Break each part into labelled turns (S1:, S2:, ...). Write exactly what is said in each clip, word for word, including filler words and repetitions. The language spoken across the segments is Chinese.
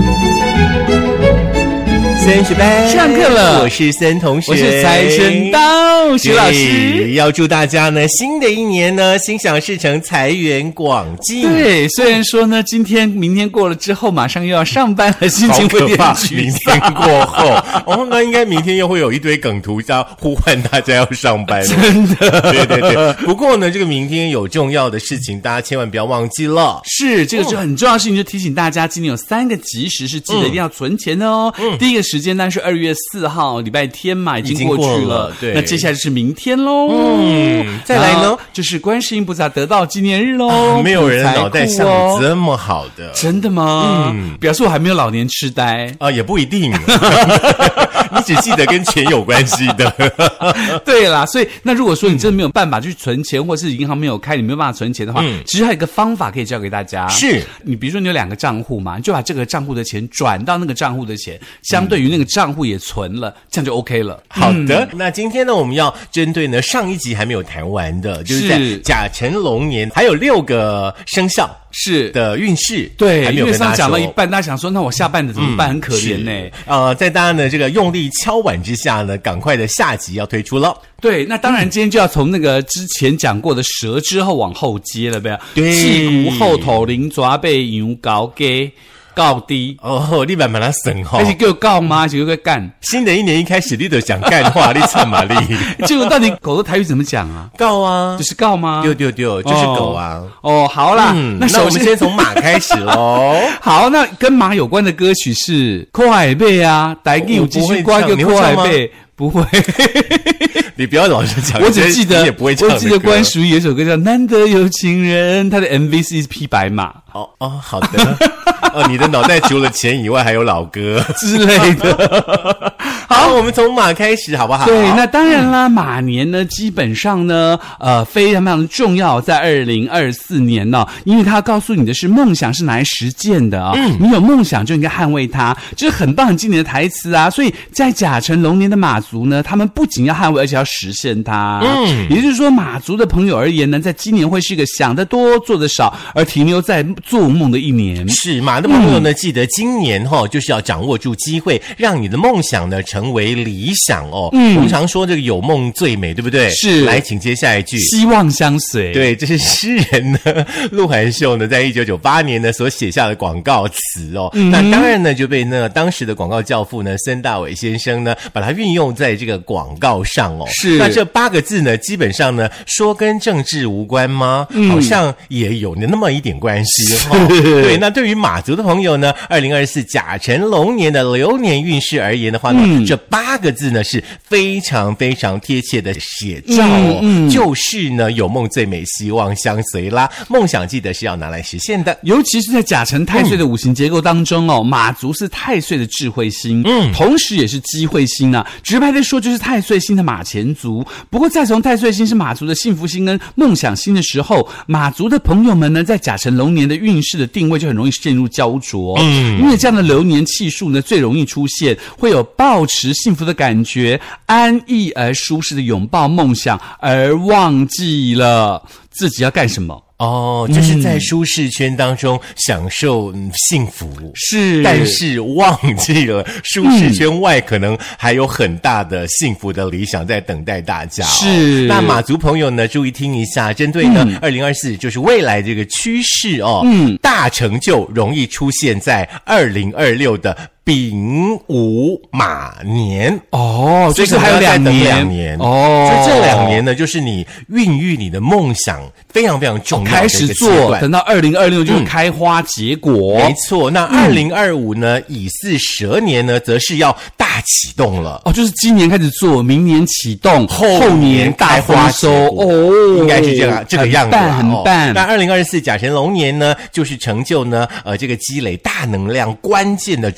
S1: 森学班
S2: 上课了，
S1: 我是森同学，
S2: 我是财神到徐老师。
S1: 要祝大家呢，新的一年呢，心想事成，财源广进。
S2: 对，虽然说呢，今天、明天过了之后，马上又要上班了，心情会有点沮
S1: 明天过后，哦，那应该明天又会有一堆梗图要呼唤大家要上班了。
S2: 真的，
S1: 对对对。不过呢，这个明天有重要的事情，大家千万不要忘记了。
S2: 是，这个是很重要的事情，就提醒大家，今年有三个吉时，是记得一定要存钱的哦。嗯、第一个时间呢是二月四号，礼拜天嘛，已经过去了。
S1: 已经过了对，
S2: 那接下来就是明天喽。
S1: 嗯，再来呢，
S2: 就是观世音菩萨得道纪念日喽、
S1: 啊。没有人脑袋想得这么好的，
S2: 真的吗？嗯，表示我还没有老年痴呆
S1: 啊，也不一定。你只记得跟钱有关系的。
S2: 对啦，所以那如果说你真的没有办法去存钱，或是银行没有开，你没有办法存钱的话，嗯、其实还有一个方法可以教给大家。
S1: 是
S2: 你比如说你有两个账户嘛，你就把这个账户的钱转到那个账户的钱，相对于那个账户也存了，这样就 OK 了。
S1: 好的，嗯、那今天呢，我们要针对呢上一集还没有谈完的，就是在甲辰龙年还有六个生肖。
S2: 是
S1: 的运势，
S2: 对，
S1: 还没有跟大家说。
S2: 因为上讲到一半，大家想说，那我下半的怎么办？嗯、很可怜呢。
S1: 呃，在大家呢这个用力敲碗之下呢，赶快的下集要推出了。
S2: 对，那当然今天就要从那个之前讲过的蛇之后往后接了，对不
S1: 对？
S2: 气骨后头灵爪背羊高给。告低
S1: 哦，你慢慢来省哈，
S2: 而且给我告吗？就给我干。
S1: 新的一年一开始，你都想干话，你惨嘛你。
S2: 结果到底狗的台语怎么讲啊？
S1: 告啊，
S2: 就是告吗？
S1: 丢丢丢，就是狗啊。
S2: 哦，好啦，
S1: 嗯、
S2: 那
S1: 那我们先从马开始喽。
S2: 好，那跟马有关的歌曲是《酷海贝》啊，台语有继续挂个酷海贝。不会，
S1: 你不要老是讲，
S2: 我只记得
S1: 也不会唱。
S2: 我记得关淑怡有一首歌叫《难得有情人》，他的 M V 是一匹白马。
S1: 哦哦，好的。哦，你的脑袋除了钱以外，还有老歌
S2: 之类的。
S1: 好，我们从马开始，好不好？
S2: 对，那当然啦，马年呢，基本上呢，呃，非常非常重要，在二零二四年呢、哦，因为它告诉你的是梦想是拿来实践的啊、哦，嗯、你有梦想就应该捍卫它，这是很棒很经典的台词啊。所以在甲辰龙年的马族呢，他们不仅要捍卫，而且要实现它。嗯，也就是说，马族的朋友而言呢，在今年会是一个想得多、做得少，而停留在做梦的一年。
S1: 是马的朋友呢，嗯、记得今年哈、哦，就是要掌握住机会，让你的梦想呢成为理想哦。嗯，我们常说这个有梦最美，对不对？
S2: 是。
S1: 来，请接下一句。
S2: 希望相随。
S1: 对，这是诗人呢陆含秀呢，在一九九八年呢所写下的广告词哦。嗯、那当然呢，就被那当时的广告教父呢森大伟先生呢，把它运用在这个广告上哦。
S2: 是。
S1: 那这八个字呢，基本上呢，说跟政治无关吗？嗯、好像也有那么一点关系哈、哦。对，那对于马族的朋友呢，二零二四甲辰龙年的流年运势而言的话呢，嗯、这八个字呢是非常非常贴切的写照哦，嗯嗯、就是呢有梦最美，希望相随啦。梦想记得是要拿来实现的，
S2: 尤其是在甲辰太岁的五行结构当中哦，嗯、马族是太岁的智慧星，嗯，同时也是机会星啊。直白的说，就是太岁星的马前族。不过，再从太岁星是马族的幸福星跟梦想星的时候，马族的朋友们呢，在甲辰龙年的运势的定位就很容易陷入焦灼，嗯，因为这样的流年气数呢，最容易出现会有抱持幸福的感觉，安逸而舒适的拥抱梦想，而忘记了自己要干什么。
S1: 哦，就是在舒适圈当中享受、嗯、幸福，
S2: 是，
S1: 但是忘记了舒适圈外可能还有很大的幸福的理想在等待大家、哦。
S2: 是，
S1: 那马族朋友呢，注意听一下，针对呢二零二四就是未来这个趋势哦，嗯，大成就容易出现在二零二六的丙午马年
S2: 哦，就是还有两年，
S1: 两年
S2: 哦，
S1: 所以这两年呢，就是你孕育你的梦想非常非常重要的一个阶段。
S2: 开始做，等到二零二六就开花结果。
S1: 嗯、没错，那二零二五呢，嗯、乙巳蛇年呢，则是要大启动了
S2: 哦，就是今年开始做，明年启动，
S1: 后年大丰收哦，应该是这样这个样子、啊，
S2: 很棒，很棒。
S1: 哦、那二零二四甲辰龙年呢，就是成就呢，呃，这个积累大能量关键的准备。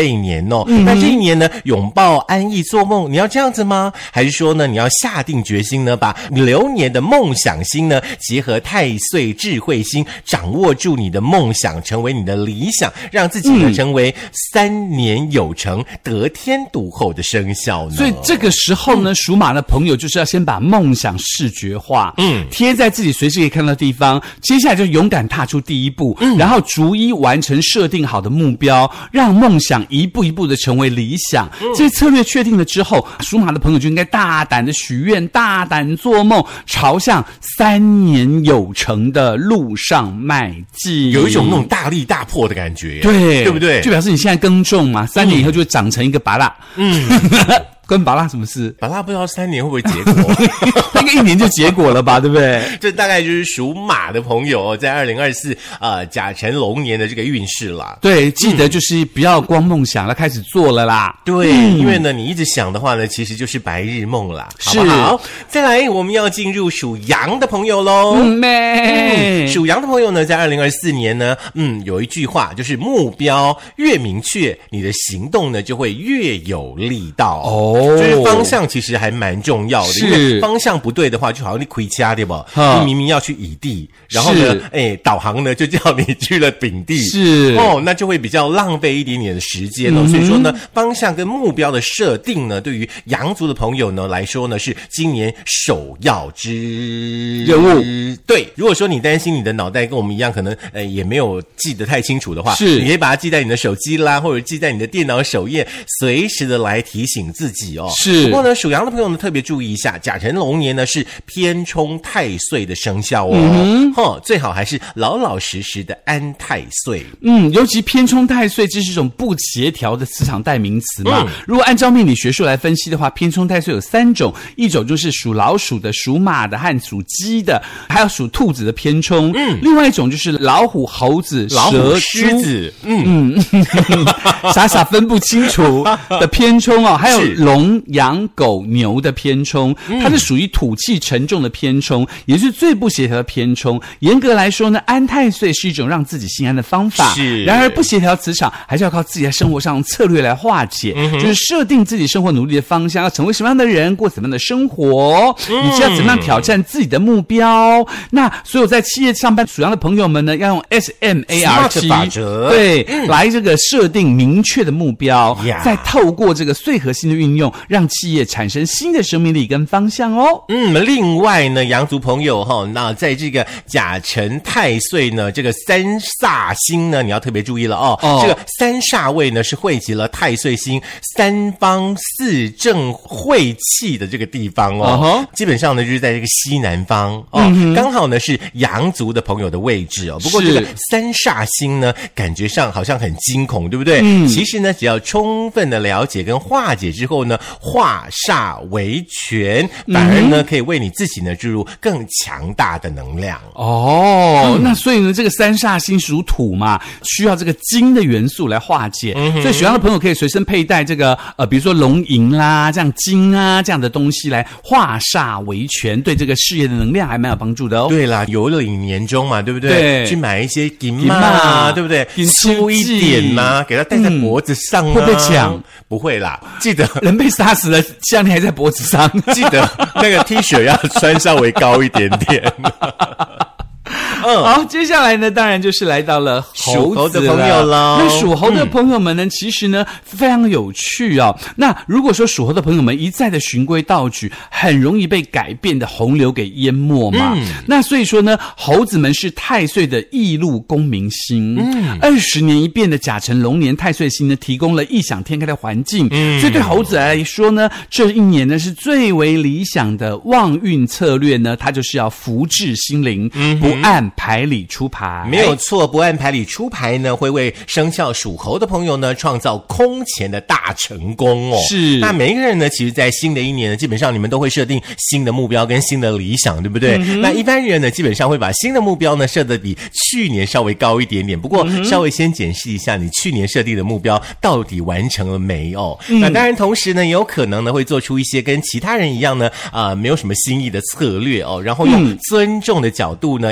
S1: 岁年哦。嗯、那这一年呢，拥抱安逸做梦，你要这样子吗？还是说呢，你要下定决心呢，把流年的梦想星呢，结合太岁智慧星，掌握住你的梦想，成为你的理想，让自己呢、嗯、成为三年有成、得天独厚的生肖呢？
S2: 所以这个时候呢，嗯、属马的朋友就是要先把梦想视觉化，嗯，贴在自己随时可以看到的地方，接下来就勇敢踏出第一步，嗯，然后逐一完成设定好的目标，让梦想一步一步的成为理想。嗯、这些策略确定了之后，属马的朋友就应该大胆的许愿，大胆做梦，朝向三年有成的路上迈进，
S1: 有一种那种大力大破的感觉，
S2: 对，
S1: 对不对？
S2: 就表示你现在耕种嘛，三年以后就会长成一个芭乐，嗯。跟芭乐什么事？
S1: 芭乐不知道三年会不会结果，
S2: 应该一年就结果了吧，对不对？
S1: 这大概就是属马的朋友在二零二四呃甲辰龙年的这个运势啦。
S2: 对，记得就是不要光梦想了，开始做了啦。
S1: 对，嗯、因为呢，你一直想的话呢，其实就是白日梦啦，好不好？再来，我们要进入属羊的朋友喽。
S2: 嗯，妹、
S1: 嗯，属羊的朋友呢，在二零二四年呢，嗯，有一句话就是目标越明确，你的行动呢就会越有力道哦。就是方向其实还蛮重要的，因为方向不对的话，就好像你亏掐对吧？你明明要去乙地，然后呢，哎，导航呢就叫你去了丙地，
S2: 是
S1: 哦，那就会比较浪费一点点的时间哦。嗯、所以说呢，方向跟目标的设定呢，对于羊族的朋友呢来说呢，是今年首要之
S2: 任务。
S1: 对，如果说你担心你的脑袋跟我们一样，可能呃也没有记得太清楚的话，
S2: 是
S1: 你可以把它记在你的手机啦，或者记在你的电脑首页，随时的来提醒自己。哦，
S2: 是。
S1: 不过呢，属羊的朋友呢特别注意一下，甲辰龙年呢是偏冲太岁的生肖哦，嗯哼，最好还是老老实实的安太岁。
S2: 嗯，尤其偏冲太岁，这是一种不协调的磁场代名词嘛。嗯、如果按照命理学术来分析的话，偏冲太岁有三种，一种就是属老鼠的、属马的和属鸡的，还有属兔子的偏冲。嗯，另外一种就是老虎、猴子、
S1: 老
S2: 蛇、
S1: 狮子，
S2: 嗯嗯，傻傻分不清楚的偏冲哦，还有龙、羊、狗、牛的偏冲，它是属于土气沉重的偏冲，也是最不协调的偏冲。严格来说呢，安太岁是一种让自己心安的方法。
S1: 是，
S2: 然而不协调磁场，还是要靠自己在生活上策略来化解，嗯、就是设定自己生活努力的方向，要成为什么样的人，过什么样的生活，嗯、以及要怎么样挑战自己的目标。那所有在企业上班属羊的朋友们呢，要用 S M A R 七
S1: 法则，
S2: 对，嗯、来这个设定明确的目标，再透过这个岁合星的运用，让企业产生新的生命力跟方向哦。
S1: 嗯，另外呢，羊族朋友哈、哦，那在这个甲辰太岁呢，这个三煞星呢，你要特别注意了哦。哦，这个三煞位呢是汇集了太岁星三方四正晦气的这个地方哦。Uh-huh. 基本上呢就是在这个西南方哦，嗯、刚好呢是羊族的朋友的位置哦。不过这个三煞星呢，感觉上好像很惊恐，对不对？嗯，其实呢，只要充分的了解跟化解之后呢，化煞为权，反而呢、嗯、可以为你自己呢注入更强大的能量
S2: 哦。嗯、那所以呢，这个三煞星属土嘛，需要这个金的元素来化解。嗯、所以属羊的朋友可以随身佩戴这个呃，比如说龙银啦，这样金啊这样的东西来化煞为权，对这个事业的能量还蛮有帮助的哦。
S1: 对啦，有领年终嘛，对不对？
S2: 对，
S1: 去买一些金嘛，对不对？粗一点呐、啊，给它戴在脖子上、啊嗯，
S2: 会被抢？
S1: 不会啦，记得
S2: 人被杀死了，项链还在脖子上，
S1: 记得那个 T 恤要穿稍微高一点点。
S2: 嗯，好，接下来呢，当然就是来到了猴子
S1: 的朋友了。
S2: 那属猴的朋友们呢，嗯、其实呢非常有趣哦。那如果说属猴的朋友们一再的循规蹈矩，很容易被改变的洪流给淹没嘛。嗯、那所以说呢，猴子们是太岁的异路功名星。嗯，二十年一变的甲辰龙年太岁星呢，提供了异想天开的环境。嗯，所以对猴子来说呢，这一年呢是最为理想的旺运策略呢，它就是要福至心灵，嗯、不按牌理出牌，
S1: 没有错。不按牌理出牌呢，会为生肖属猴的朋友呢创造空前的大成功哦。
S2: 是，
S1: 那每一个人呢，其实在新的一年呢，基本上你们都会设定新的目标跟新的理想，对不对？嗯、那一般人呢，基本上会把新的目标呢设得比去年稍微高一点点。不过，嗯、稍微先检视一下你去年设定的目标到底完成了没哦。嗯、那当然，同时呢，也有可能呢会做出一些跟其他人一样呢，啊、呃，没有什么新意的策略哦，然后用尊重的角度呢，以大家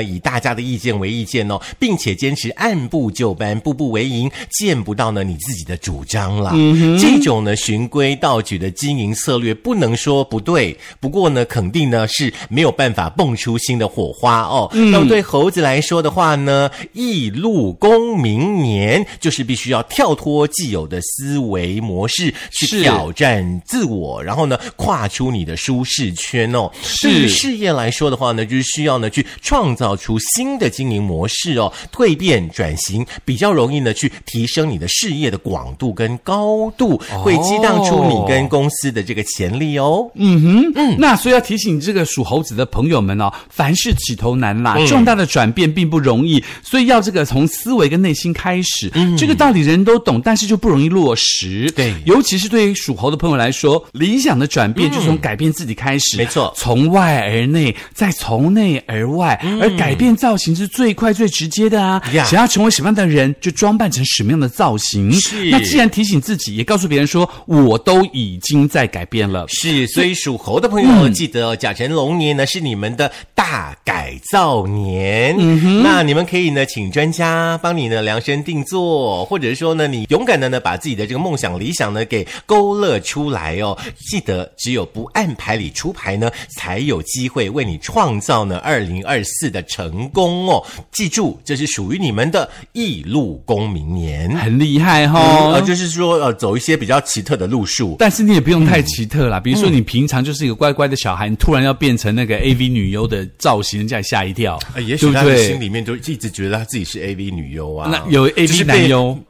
S1: 家的意见为意见哦，并且坚持按部就班，步步为营，见不到呢你自己的主张啦。嗯、这种呢循规蹈矩的经营策略不能说不对，不过呢肯定呢是没有办法蹦出新的火花哦。嗯、那么对猴子来说的话呢，易路公明年就是必须要跳脱既有的思维模式，去挑战自我，然后呢跨出你的舒适圈哦。对于事业来说的话呢，就是需要呢去创造出新的经营模式哦，蜕变转型比较容易呢去提升你的事业的广度跟高度，哦、会激荡出你跟公司的这个潜力哦。
S2: 嗯哼，嗯，那所以要提醒这个属猴子的朋友们哦，凡事起头难啦，嗯、重大的转变并不容易，所以要这个从思维跟内心开始。嗯、这个道理人都懂，但是就不容易落实。
S1: 对，
S2: 尤其是对于属猴的朋友来说，理想的转变就从改变自己开始。
S1: 没错，
S2: 从外而内，再从内而外，嗯、而改变造型是最快最直接的啊！呀想要成为什么样的人，就装扮成什么样的造型。是，那既然提醒自己，也告诉别人说，我都已经在改变了。
S1: 是，所以属猴的朋友、嗯、记得、哦、甲辰龙年呢是你们的大改造年。嗯哼，那你们可以呢请专家帮你呢量身定做，或者说呢你勇敢的呢把自己的这个梦想理想呢给勾勒出来哦。记得只有不按牌理出牌呢，才有机会为你创造呢二零二四的成功哦。记住，这是属于你们的易路公明年，
S2: 很厉害齁、
S1: 嗯呃、就是说呃走一些比较奇特的路数，
S2: 但是你也不用太奇特啦、嗯、比如说你平常就是一个乖乖的小孩，你突然要变成那个 A V 女优的造型，人家也吓一跳、
S1: 呃、也许他的心里面都一直觉得他自己是 A V 女优啊，
S2: 那有 A V 男优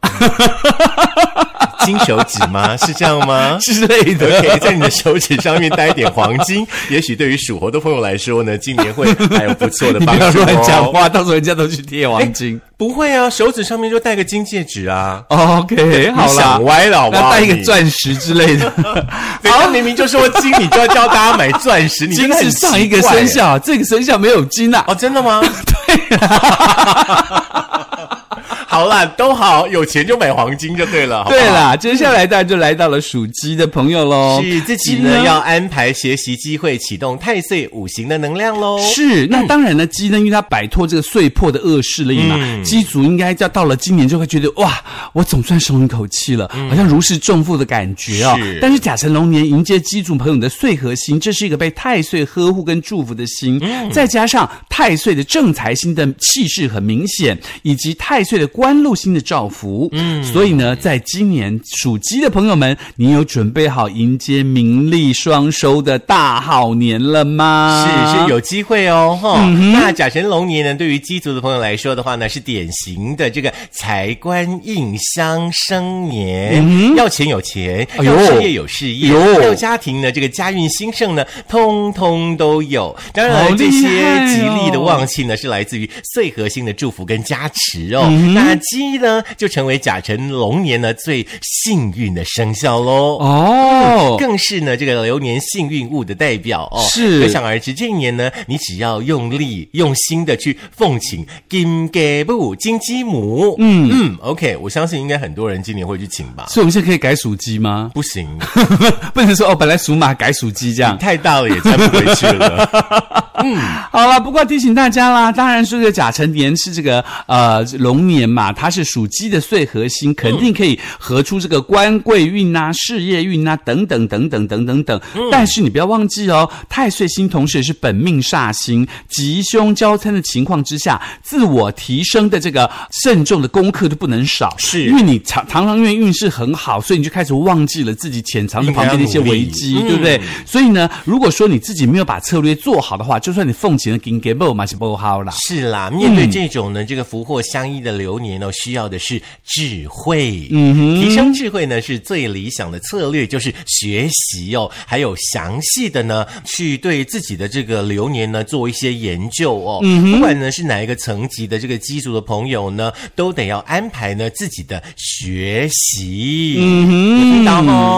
S1: 金手指吗？是这样吗？
S2: 之类的。
S1: 可以在你的手指上面戴一点黄金，也许对于属猴的朋友来说呢，今年会还有不错的帮助、哦。
S2: 你不要乱讲话，到时候人家都去贴黄金。
S1: 不会啊，手指上面就戴个金戒指啊。
S2: Oh, OK， 好啦，
S1: 你想歪了好不好？
S2: 戴一个钻石之类的。
S1: 好，明明就说金，你就要教大家买钻石。你
S2: 金是上一个生肖，这个生肖没有金啊。
S1: 哦，真的吗？
S2: 对啊。
S1: 好啦，都好，有钱就买黄金就对了。好不好？
S2: 对啦，接下来当然就来到了属鸡的朋友咯。
S1: 是，自己呢要安排学习机会，启动太岁五行的能量咯。
S2: 是，那当然呢，鸡呢因为它摆脱这个岁破的恶势力嘛，嗯、鸡族应该要到了今年就会觉得哇，我总算松一口气了，嗯、好像如释重负的感觉哦。是，但是甲辰龙年迎接鸡族朋友的岁合星，这是一个被太岁呵护跟祝福的星，嗯、再加上太岁的正财星的气势很明显，以及太岁的官禄星的照福，嗯，所以呢，在今年属鸡的朋友们，你有准备好迎接名利双收的大好年了吗？
S1: 是，是有机会哦，哈、嗯。那甲辰龙年呢，对于鸡族的朋友来说的话呢，是典型的这个财官印相生年，嗯、要钱有钱，
S2: 哎、
S1: 要事业有事业，要家庭呢，这个家运兴盛呢，通通都有。当然，这些吉利的旺气呢，是来自于岁合星的祝福跟加持哦。嗯、那鸡呢，就成为甲辰龙年呢最幸运的生肖咯。哦、嗯，更是呢这个流年幸运物的代表哦。
S2: 是，
S1: 可想而知，这一年呢，你只要用力用心的去奉请金鸡母、金鸡母，嗯嗯 ，OK， 我相信应该很多人今年会去请吧。
S2: 所以我们现在可以改属鸡吗？
S1: 不行，
S2: 不能说哦，本来属马改属鸡这样，
S1: 太大了也站不回去了。
S2: 嗯，好了，不过提醒大家啦，当然这个甲辰年是这个呃龙年嘛，它是属鸡的岁合星，肯定可以合出这个官贵运啊、事业运啊等等等等等等等。嗯、但是你不要忘记哦，太岁星同时也是本命煞星，吉凶交参的情况之下，自我提升的这个慎重的功课就不能少。
S1: 是，
S2: 因为你常常常因为运势很好，所以你就开始忘记了自己潜藏在旁边的一些危机，对不对？嗯、所以呢，如果说你自己没有把策略做好的话，就算你奉请的金给不嘛是不好啦。
S1: 是啦，面对这种呢、嗯、这个福祸相依的流年哦，需要的是智慧。嗯哼，提升智慧呢是最理想的策略，就是学习哦，还有详细的呢去对自己的这个流年呢做一些研究哦。嗯哼，不管呢是哪一个层级的这个基础的朋友呢，都得要安排呢自己的学习。嗯哼，听到哦。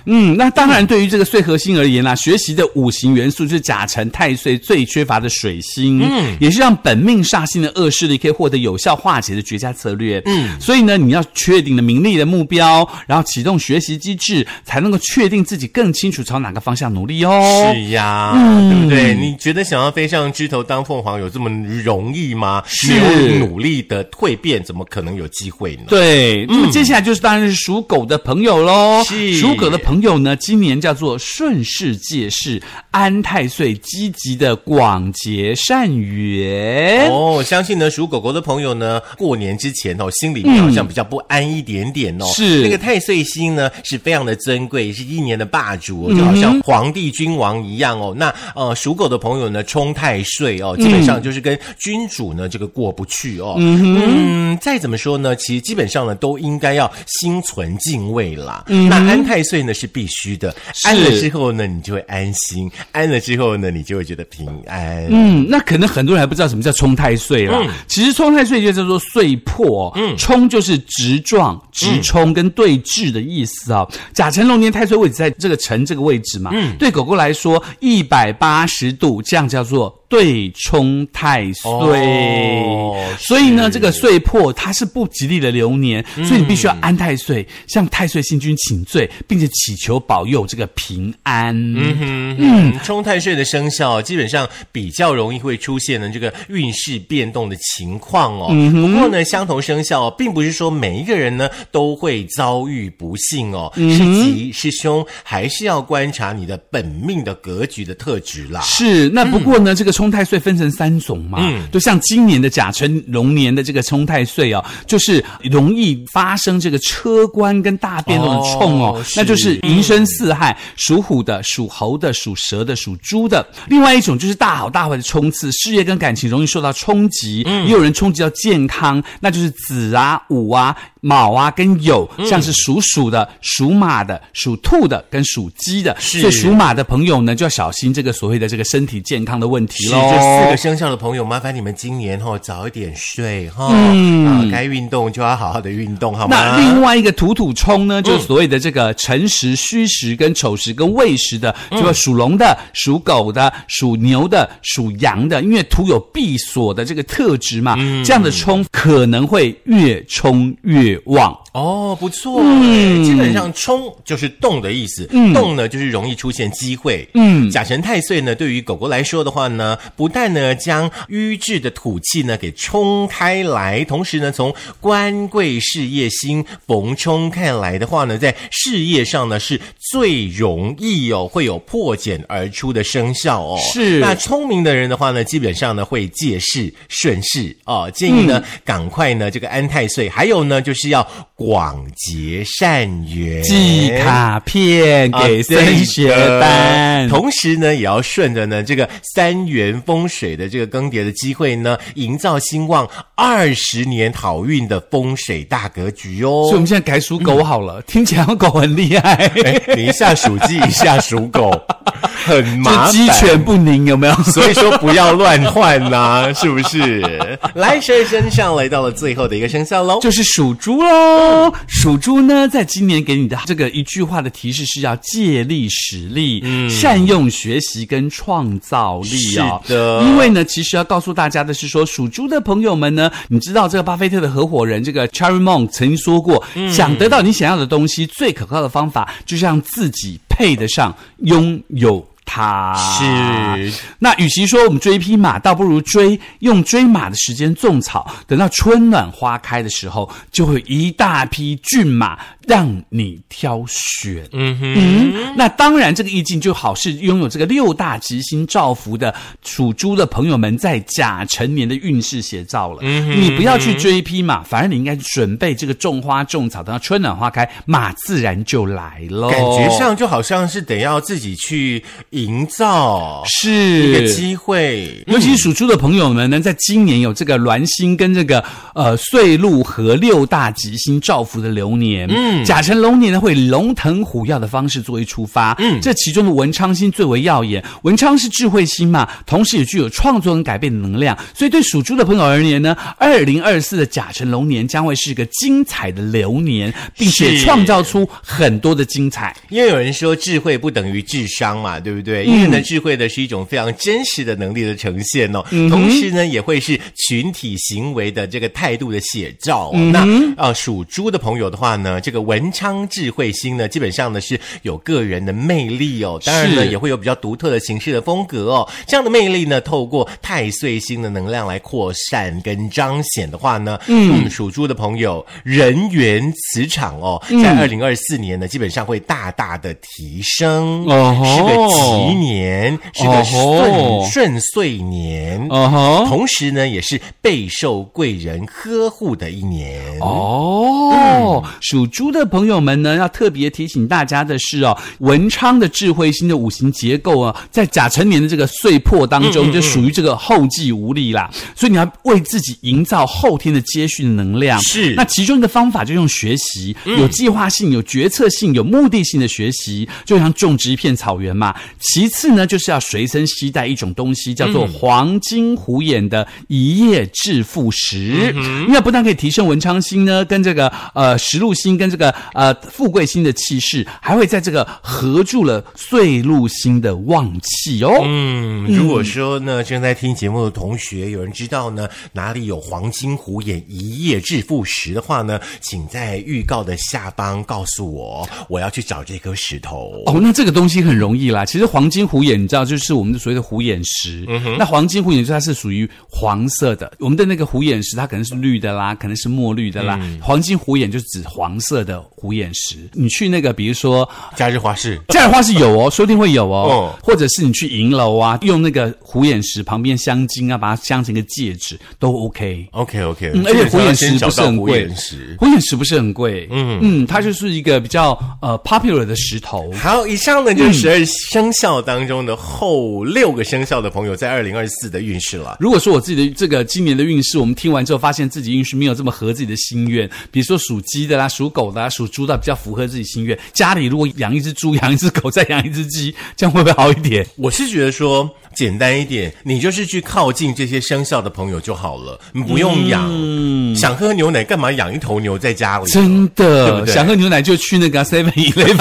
S2: 嗯，那当然对于这个岁合星而言啦，学习的五行元素就是甲辰太岁最缺乏的水星，嗯，也是让本命煞星的恶势力可以获得有效化解的绝佳策略。嗯，所以呢，你要确定的名利的目标，然后启动学习机制，才能够确定自己更清楚朝哪个方向努力哦。
S1: 是呀，嗯、对不对？你觉得想要飞上枝头当凤凰有这么容易吗？
S2: 是，
S1: 没有努力的蜕变，怎么可能有机会呢？
S2: 对，那么接下来就是当然是属狗的朋友咯。
S1: 是，
S2: 属狗的朋友呢，今年叫做顺势借势，安太岁积极的广结善缘。
S1: 哦，我相信呢，属狗狗的朋友呢，过年之前哦，心里面好像比较不安一点点哦。
S2: 是，
S1: 那个太岁星呢，是非常的珍贵，是一年的霸主、哦，就好像皇帝君王一样哦。那呃，属狗的朋友呢，冲太岁哦，基本上就是跟君主呢这个过不去哦。嗯, 嗯，再怎么说呢，其实基本上呢，都应该要心存敬畏啦。嗯、那安太岁呢是必须的，安了之后呢，你就会安心；安了之后呢，你就会觉得平安。
S2: 嗯，那可能很多人还不知道什么叫冲太岁啦。嗯、其实冲太岁就叫做岁破，嗯，冲就是直撞、直冲跟对峙的意思啊、哦。甲辰龙年太岁位置在这个辰这个位置嘛，嗯，对狗狗来说一百八十度，这样叫做对冲太岁。哦，所以呢，这个岁破它是不吉利的流年，嗯、所以你必须要安太岁，向太岁星君请罪，并且祈求保佑这个平安。
S1: 嗯哼，嗯，冲太岁的生肖基本上比较容易会出现呢这个运势变动的情况哦。嗯、不过呢，相同生肖并不是说每一个人呢都会遭遇不幸哦，嗯、是吉是凶，还是要观察你的本命的格局的特质啦。
S2: 是，那不过呢，嗯、这个冲太岁分成三种嘛，嗯，就像今年的甲辰龙年的这个冲太岁哦，就是容易发生这个车关跟大变动的冲哦，哦那就是寅申巳亥，属虎的、属猴的、属蛇的、属猪的。另外一种就是大好大坏的冲刺，事业跟感情容易受到冲击，嗯、也有人冲击到健康，那就是子啊、午啊、卯啊跟酉，像是属鼠的、属马的、属兔的跟属鸡的，所以属马的朋友呢就要小心这个所谓的这个身体健康的问题咯。
S1: 是，这四个生肖的朋友，麻烦你们今年哦早一点睡哈，嗯、啊，该运动就要好好的运动，好吗？
S2: 那另外一个土土冲呢，就是所谓的这个辰时、戌时跟丑时跟未时的，就要属龙的、属狗的、属牛的、属羊的，因为土有闭锁的这个特质嘛，嗯、这样的冲可能会越冲越旺。
S1: 哦，不错，嗯，基本上冲就是动的意思，嗯，动呢就是容易出现机会，嗯，甲辰太岁呢，对于狗狗来说的话呢，不但呢将瘀滞的土气呢给冲开来，同时呢从官贵事业星逢冲看来的话呢，在事业上呢是最容易哦会有破茧而出的生肖哦，
S2: 是，
S1: 那聪明的人的话呢，基本上呢会借势顺势哦，建议呢、嗯、赶快呢这个安太岁，还有呢就是要广结善缘，
S2: 寄卡片给升学班、
S1: 啊、同时呢也要顺着呢这个三元风水的这个更迭的机会呢，营造兴旺二十年好运的风水大格局哦。
S2: 所以我们现在改属狗好了、嗯、听起来狗很厉害、
S1: 欸、你一下属鸡一下属狗很麻烦，
S2: 鸡犬不宁有没有？
S1: 所以说不要乱换啦、啊、是不是？来，十二生肖来到了最后的一个生肖咯，
S2: 就是属猪咯。属猪呢，在今年给你的这个一句话的提示是要借力使力、嗯、善用学习跟创造力啊、哦。
S1: 是的，
S2: 因为呢，其实要告诉大家的是说，属猪的朋友们呢，你知道这个巴菲特的合伙人这个 Charlie Munger 曾经说过、嗯、想得到你想要的东西，最可靠的方法就是让自己配得上拥有它。
S1: 是，
S2: 那与其说我们追一匹马，倒不如追用追马的时间种草，等到春暖花开的时候，就会一大批骏马让你挑选。嗯哼，嗯，那当然这个意境就好是拥有这个六大吉星照福的属猪的朋友们在甲辰年的运势写照了。嗯哼，你不要去追一匹马，反而你应该准备这个种花种草，等到春暖花开，马自然就来咯。
S1: 感觉上就好像是得要自己去营造
S2: 是
S1: 一个机会。
S2: 尤其是属猪的朋友们呢，在今年有这个鸾星跟这个呃岁禄和六大吉星照福的流年，嗯，甲辰龙年呢会以龙腾虎跃的方式作为出发，嗯，这其中的文昌星最为耀眼。文昌是智慧星嘛，同时也具有创作跟改变的能量，所以对属猪的朋友而言呢，二零二四的甲辰龙年将会是一个精彩的流年，并且创造出很多的精彩。
S1: 因为有人说智慧不等于智商嘛，对不对？因为呢，智慧的是一种非常真实的能力的呈现哦，嗯、同时呢，也会是群体行为的这个态度的写照、哦嗯。那啊、呃，属猪的朋友的话呢，这个文昌智慧星呢，基本上呢是有个人的魅力哦，当然呢也会有比较独特的形式的风格哦。这样的魅力呢，透过太岁星的能量来扩散跟彰显的话呢，嗯，嗯属猪的朋友人缘磁场哦，在二零二四年呢，基本上会大大的提升，哦、是个吉年，是个顺、哦、顺遂年，哦、同时呢，也是备受贵人呵护的一年。
S2: 哦，嗯、属猪的朋友们呢，要特别提醒大家的是哦，文昌的智慧星的五行结构啊，在甲辰年的这个岁破当中，嗯嗯嗯就属于这个后继无力啦，所以你要为自己营造后天的接续的能量。
S1: 是，
S2: 那其中一个方法就用学习，有计划性、有决策性、有目的性的学习，就像种植一片草原嘛。其次呢，就是要随身携带一种东西，叫做黄金虎眼的一夜致富石。嗯、那不但可以提升文昌星呢，跟这个呃食禄星跟这个呃富贵星的气势，还会在这个合住了岁禄星的旺气哦。
S1: 嗯，如果说呢，正在听节目的同学，有人知道呢哪里有黄金虎眼一夜致富石的话呢，请在预告的下方告诉我，我要去找这颗石头。
S2: 哦，那这个东西很容易啦。其实黄金虎眼，你知道，就是我们的所谓的虎眼石。嗯哼，那黄金虎眼就它是属于黄色的，我们的那个虎眼石它可能是绿的啦，可能是墨绿的啦。嗯、黄金虎眼就指黄色的虎眼石。你去那个，比如说
S1: 假日花市，
S2: 假日花市有哦，说不定会有哦。哦，或者是你去银楼啊，用那个虎眼石旁边镶金啊，把它镶成一个戒指都 OK。OK
S1: OK，
S2: 嗯，而且虎眼石不是很贵，虎眼石不是很贵，嗯嗯，它就是一个比较呃 popular 的石头。
S1: 好，以上呢就是十二生肖当中的后六个生肖的朋友在二零二四的运势了。
S2: 如果说我自己的这个今年的运势，我们听完之后发现自己运势没有这么合自己的心愿，比如说属鸡的啦、属狗的啦、属猪的比较符合自己心愿，家里如果养一只猪、养一只狗、再养一只鸡，这样会不会好一点？
S1: 我是觉得说简单一点，你就是去靠近这些生肖的朋友就好了，你不用养。嗯，想喝牛奶干嘛养一头牛在家里？
S2: 真的，对不对？想喝牛奶就去那个 seven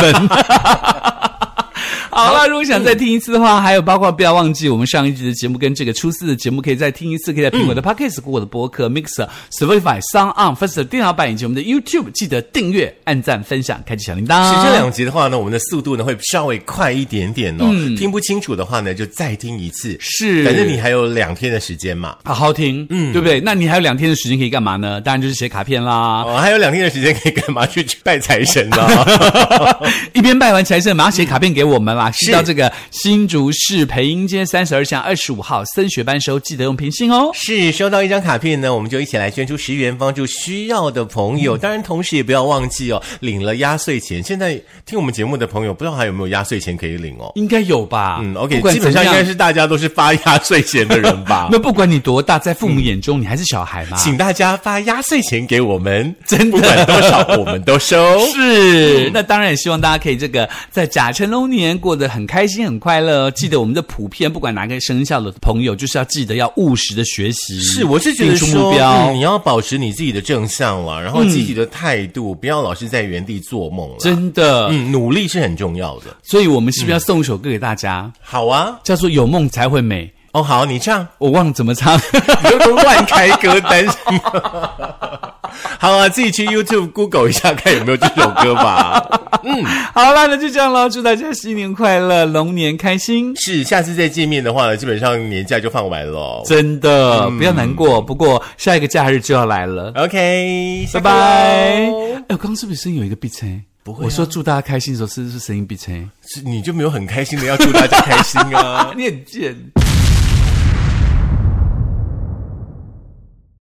S2: eleven。好了，如果想再听一次的话，还有包括不要忘记我们上一集的节目跟这个初四的节目可以再听一次，可以在苹果的 Podcast、我的播客 Mixer、Spotify、SoundOn、First 电脑版以及我们的 YouTube， 记得订阅、按赞、分享、开启小铃铛。
S1: 是这两集的话呢，我们的速度呢会稍微快一点点哦。嗯、听不清楚的话呢，就再听一次。
S2: 是，
S1: 反正你还有两天的时间嘛，
S2: 好好听，嗯，对不对？那你还有两天的时间可以干嘛呢？当然就是写卡片啦。
S1: 哦，还有两天的时间可以干嘛？去拜财神啊！
S2: 一边拜完财神，马上写卡片给我们啦。是到这个新竹市培英街三十二巷二十五号升学班收，记得用平信哦。
S1: 是，收到一张卡片呢，我们就一起来捐出十元，帮助需要的朋友。嗯、当然，同时也不要忘记哦，领了压岁钱。现在听我们节目的朋友，不知道还有没有压岁钱可以领哦？
S2: 应该有吧？
S1: 嗯 ，OK， 基本上应该是大家都是发压岁钱的人吧？
S2: 那不管你多大，在父母眼中，嗯、你还是小孩嘛。
S1: 请大家发压岁钱给我们，真的不管多少，我们都收。
S2: 是，嗯、那当然也希望大家可以这个在甲辰龙年过得很开心、很快乐。记得我们的普遍，不管哪个生肖的朋友，就是要记得要务实的学习。
S1: 是，我是觉得说，目标、嗯、你要保持你自己的正向了，然后积极的态度，嗯、不要老是在原地做梦了。
S2: 真的，
S1: 嗯，努力是很重要的。
S2: 所以我们是不是要送一首歌给大家？
S1: 嗯、好啊，
S2: 叫做《有梦才会美》。
S1: 哦，好，你唱，
S2: 我忘了怎么唱，
S1: 你就乱开歌单。好啊，自己去 YouTube、Google 一下，看有没有这首歌吧。嗯，
S2: 好啦，那就这样咯，祝大家新年快乐，龙年开心。
S1: 是，下次再见面的话呢，基本上年假就放完了。
S2: 真的，嗯、不要难过。不过下一个假日就要来了。
S1: OK，
S2: 拜拜。哎，我刚刚是不是声音有一个闭声？
S1: 不会、啊，
S2: 我说祝大家开心的时候，是不是声音闭声？
S1: 是，你就没有很开心的要祝大家开心啊？
S2: 你很贱。